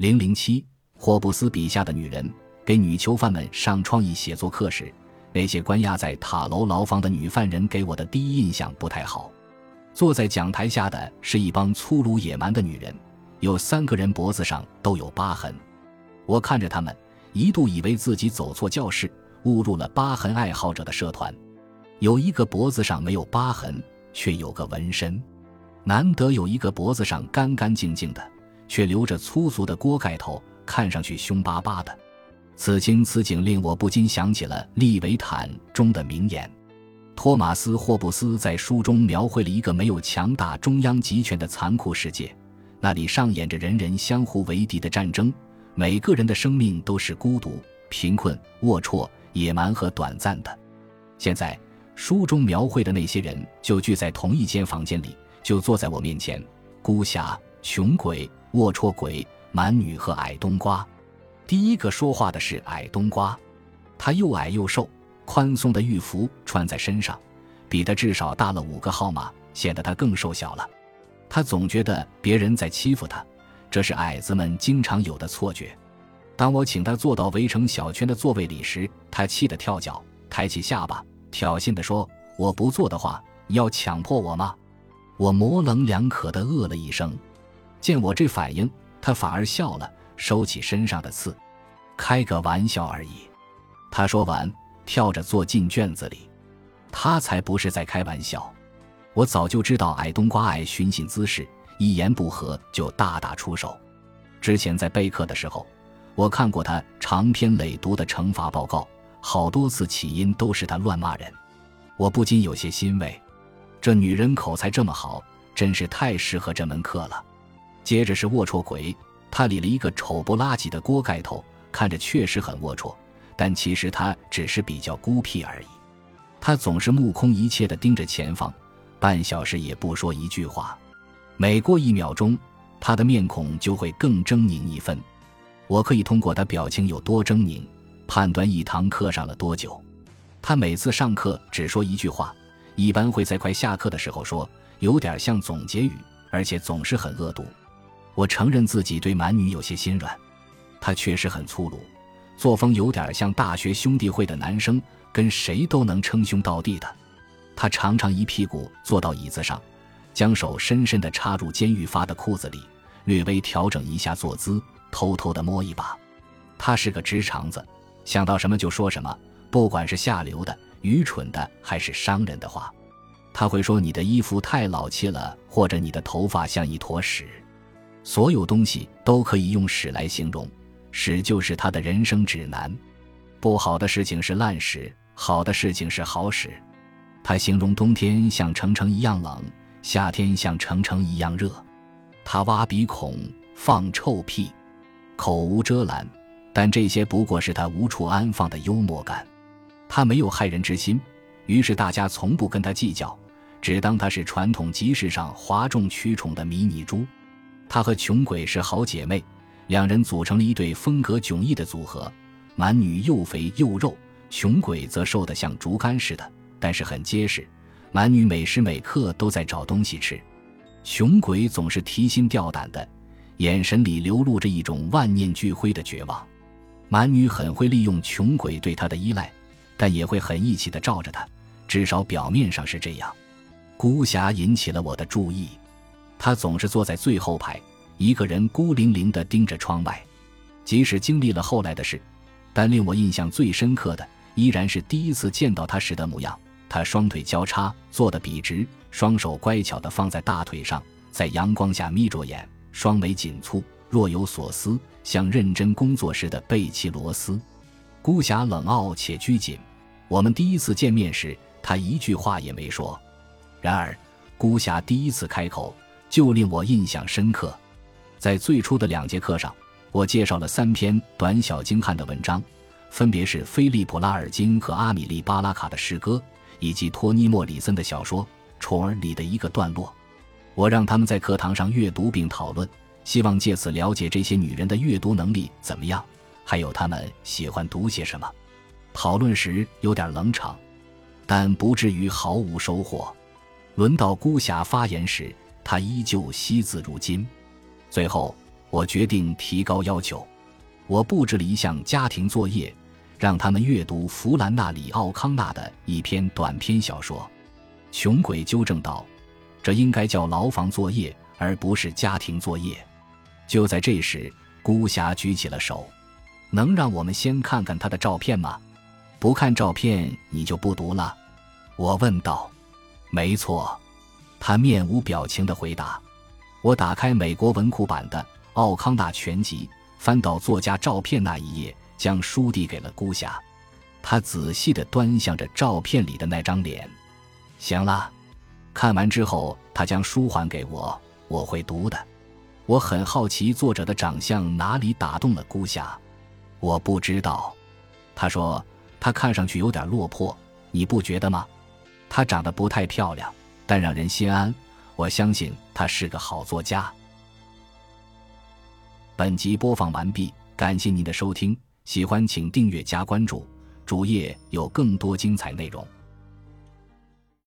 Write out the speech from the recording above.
007霍布斯笔下的女人给女囚犯们上创意写作课时，那些关押在塔楼牢房的女犯人给我的第一印象不太好。坐在讲台下的是一帮粗鲁野蛮的女人，有3个人脖子上都有疤痕。我看着她们，一度以为自己走错教室，误入了疤痕爱好者的社团。有一个脖子上没有疤痕，却有个纹身。难得有一个脖子上干干净净的，却留着粗俗的锅盖头，看上去凶巴巴的。此情此景令我不禁想起了《利维坦》中的名言。托马斯·霍布斯在书中描绘了一个没有强大中央集权的残酷世界，那里上演着人人相互为敌的战争，每个人的生命都是孤独、贫困、龌龊、野蛮和短暂的。现在书中描绘的那些人就聚在同一间房间里，就坐在我面前，孤侠、穷鬼、龌龊鬼、蛮女和矮冬瓜。第一个说话的是矮冬瓜，他又矮又瘦，宽松的狱服穿在身上，比他至少大了5个号码，显得他更瘦小了。他总觉得别人在欺负他，这是矮子们经常有的错觉。当我请他坐到围成小圈的座位里时，他气得跳脚，抬起下巴，挑衅地说：“我不坐的话，你要强迫我吗？”我模棱两可地了一声。见我这反应，他反而笑了，收起身上的刺。开个玩笑而已。他说完，跳着坐进卷子里。他才不是在开玩笑。我早就知道矮冬瓜爱寻衅滋事，一言不合就大打出手。之前在备课的时候，我看过他长篇累牍的惩罚报告，好多次起因都是他乱骂人。我不禁有些欣慰，这女人口才这么好，真是太适合这门课了。接着是龌龊鬼，他理了一个丑不拉几的锅盖头，看着确实很龌龊，但其实他只是比较孤僻而已。他总是目空一切地盯着前方，半小时也不说一句话。每过1秒钟，他的面孔就会更狰狞一分。我可以通过他表情有多狰狞，判断一堂课上了多久。他每次上课只说一句话，一般会在快下课的时候说，有点像总结语，而且总是很恶毒。我承认自己对蛮女有些心软，他确实很粗鲁，作风有点像大学兄弟会的男生，跟谁都能称兄道弟的。他常常一屁股坐到椅子上，将手深深地插入监狱发的裤子里，略微调整一下坐姿，偷偷地摸一把。他是个直肠子，想到什么就说什么，不管是下流的、愚蠢的还是伤人的话。他会说你的衣服太老气了，或者你的头发像一坨屎。所有东西都可以用屎来形容，屎就是他的人生指南。不好的事情是烂屎，好的事情是好屎。他形容冬天像城城一样冷，夏天像城城一样热。他挖鼻孔，放臭屁，口无遮拦，但这些不过是他无处安放的幽默感。他没有害人之心，于是大家从不跟他计较，只当他是传统集市上哗众取宠的迷你猪。他和穷鬼是好姐妹，两人组成了一对风格迥异的组合。蛮女又肥又肉，穷鬼则瘦得像竹竿似的，但是很结实。蛮女每时每刻都在找东西吃，穷鬼总是提心吊胆的，眼神里流露着一种万念俱灰的绝望。蛮女很会利用穷鬼对她的依赖，但也会很义气地罩着他，至少表面上是这样。孤侠引起了我的注意，他总是坐在最后排，一个人孤零零地盯着窗外。即使经历了后来的事，但令我印象最深刻的依然是第一次见到他时的模样。他双腿交叉，坐得笔直，双手乖巧地放在大腿上，在阳光下眯着眼，双眉紧蹙，若有所思，像认真工作时的贝奇罗斯。孤侠冷傲且拘谨，我们第一次见面时，他一句话也没说。然而孤侠第一次开口就令我印象深刻。在最初的2节课上，我介绍了3篇短小精悍的文章，分别是菲利普·拉尔金和阿米莉·巴拉卡的诗歌，以及托尼·莫里森的小说《虫儿》里的一个段落。我让他们在课堂上阅读并讨论，希望借此了解这些女人的阅读能力怎么样，还有她们喜欢读些什么。讨论时有点冷场，但不至于毫无收获。轮到孤侠发言时，他依旧惜字如金。最后我决定提高要求，我布置了一项家庭作业，让他们阅读弗兰纳里·奥康纳的一篇短篇小说。穷鬼纠正道，这应该叫牢房作业，而不是家庭作业。就在这时，孤侠举起了手。能让我们先看看他的照片吗？不看照片你就不读了？我问道。没错，他面无表情地回答。我打开美国文库版的奥康纳全集，翻到作家照片那一页，将书递给了孤侠。他仔细地端详着照片里的那张脸。行了，看完之后他将书还给我，我会读的。我很好奇作者的长相哪里打动了孤侠。我不知道，他说他看上去有点落魄，你不觉得吗？他长得不太漂亮，但让人心安，我相信他是个好作家。本集播放完毕，感谢您的收听，喜欢请订阅加关注，主页有更多精彩内容。